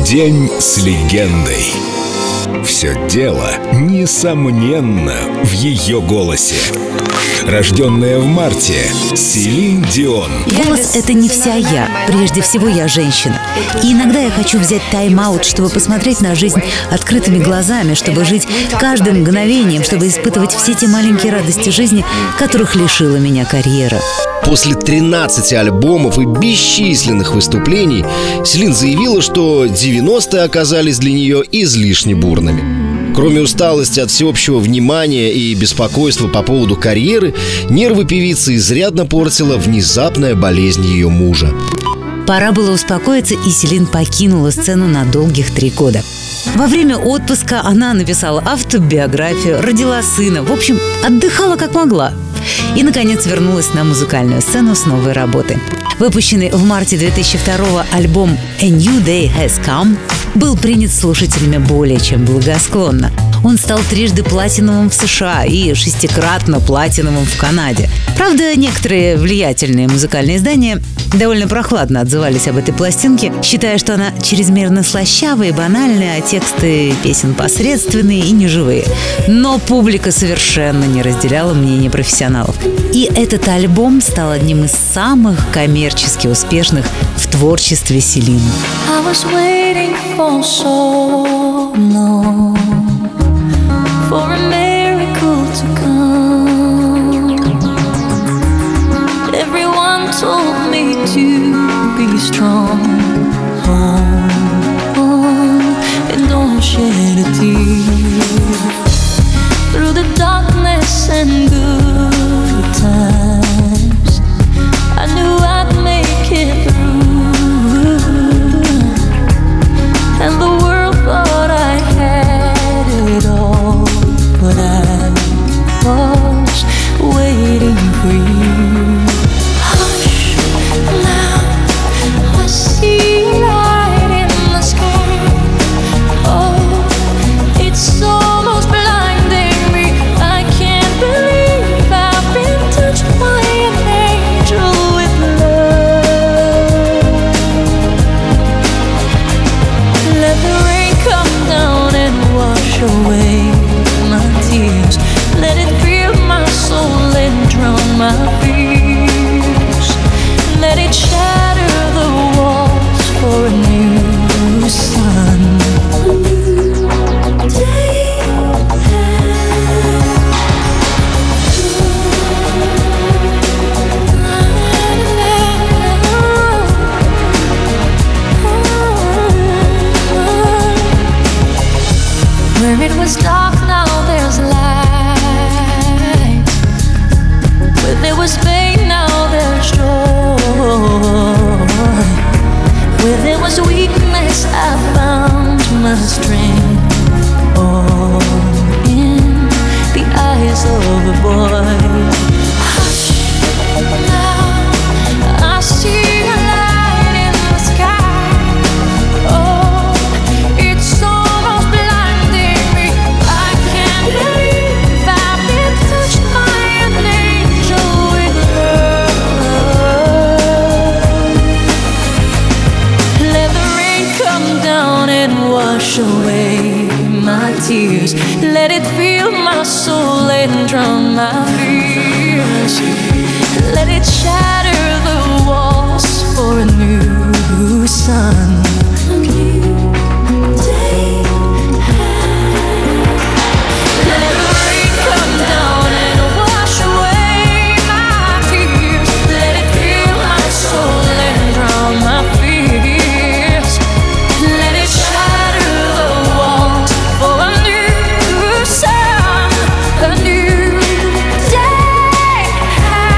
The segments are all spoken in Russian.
День с легендой. Все дело, несомненно, в ее голосе. Рожденная в марте, Селин Дион. Голос — это не вся я. Прежде всего, я женщина. И иногда я хочу взять тайм-аут, чтобы посмотреть на жизнь открытыми глазами, чтобы жить каждым мгновением, чтобы испытывать все те маленькие радости жизни, которых лишила меня карьера. После 13 альбомов и бесчисленных выступлений Селин заявила, что 90-е оказались для нее излишне бурными. Кроме усталости от всеобщего внимания и беспокойства по поводу карьеры, нервы певицы изрядно портила внезапная болезнь ее мужа. Пора было успокоиться, и Селин покинула сцену на долгих 3 года. Во время отпуска она написала автобиографию, родила сына, в общем, отдыхала как могла. И, наконец, вернулась на музыкальную сцену с новой работой. Выпущенный в марте 2002-го альбом «A New Day Has Come» был принят слушателями более чем благосклонно. Он стал 3-dy платиновым в США и 6-кратно платиновым в Канаде. Правда, некоторые влиятельные музыкальные издания довольно прохладно отзывались об этой пластинке, считая, что она чрезмерно слащавая и банальная, а тексты песен посредственные и неживые. Но публика совершенно не разделяла мнение профессионалов. И этот альбом стал одним из самых коммерчески успешных в творчестве Селин. For a miracle to come. Everyone told me to be strong. And don't shed a tear. Through the darkness and good times, I knew I'd make it through. And the world thought I had it all, but I was waiting for you. Hush, now I see a light in the sky. Oh, it's almost blinding me. I can't believe I've been touched by an angel with love. Let the rain come down and wash away my tears. Let it fill my soul and drown my fears. Let it shatter the walls for a new sun. A new day. Where it was dark, now there's light. Where there was pain, now there's joy. Where there was weakness, I found my strength. Oh, in the eyes of a boy. Hush, now I see a light in the sky. Oh, it's almost blinding me. I can't believe I've been touched by an angel with love. Let the rain come down and wash away my tears. Let it fill my soul and drown my fears. Let it shatter the walls for a new sun. A new day. Let the rain come down and wash away my tears. Let it fill my soul and drown my fears. Let it shatter the walls for a new sun, a new day.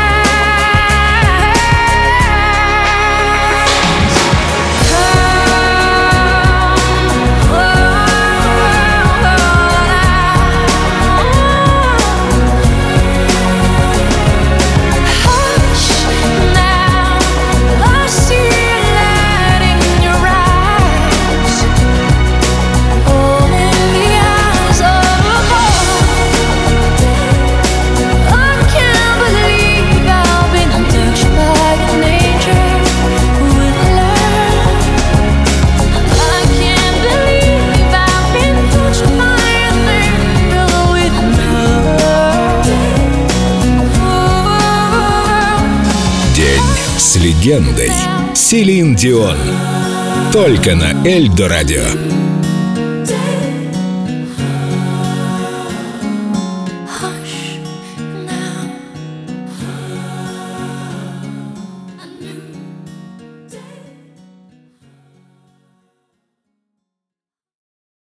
легендой Селин Дион. Только на Эльдо Радио.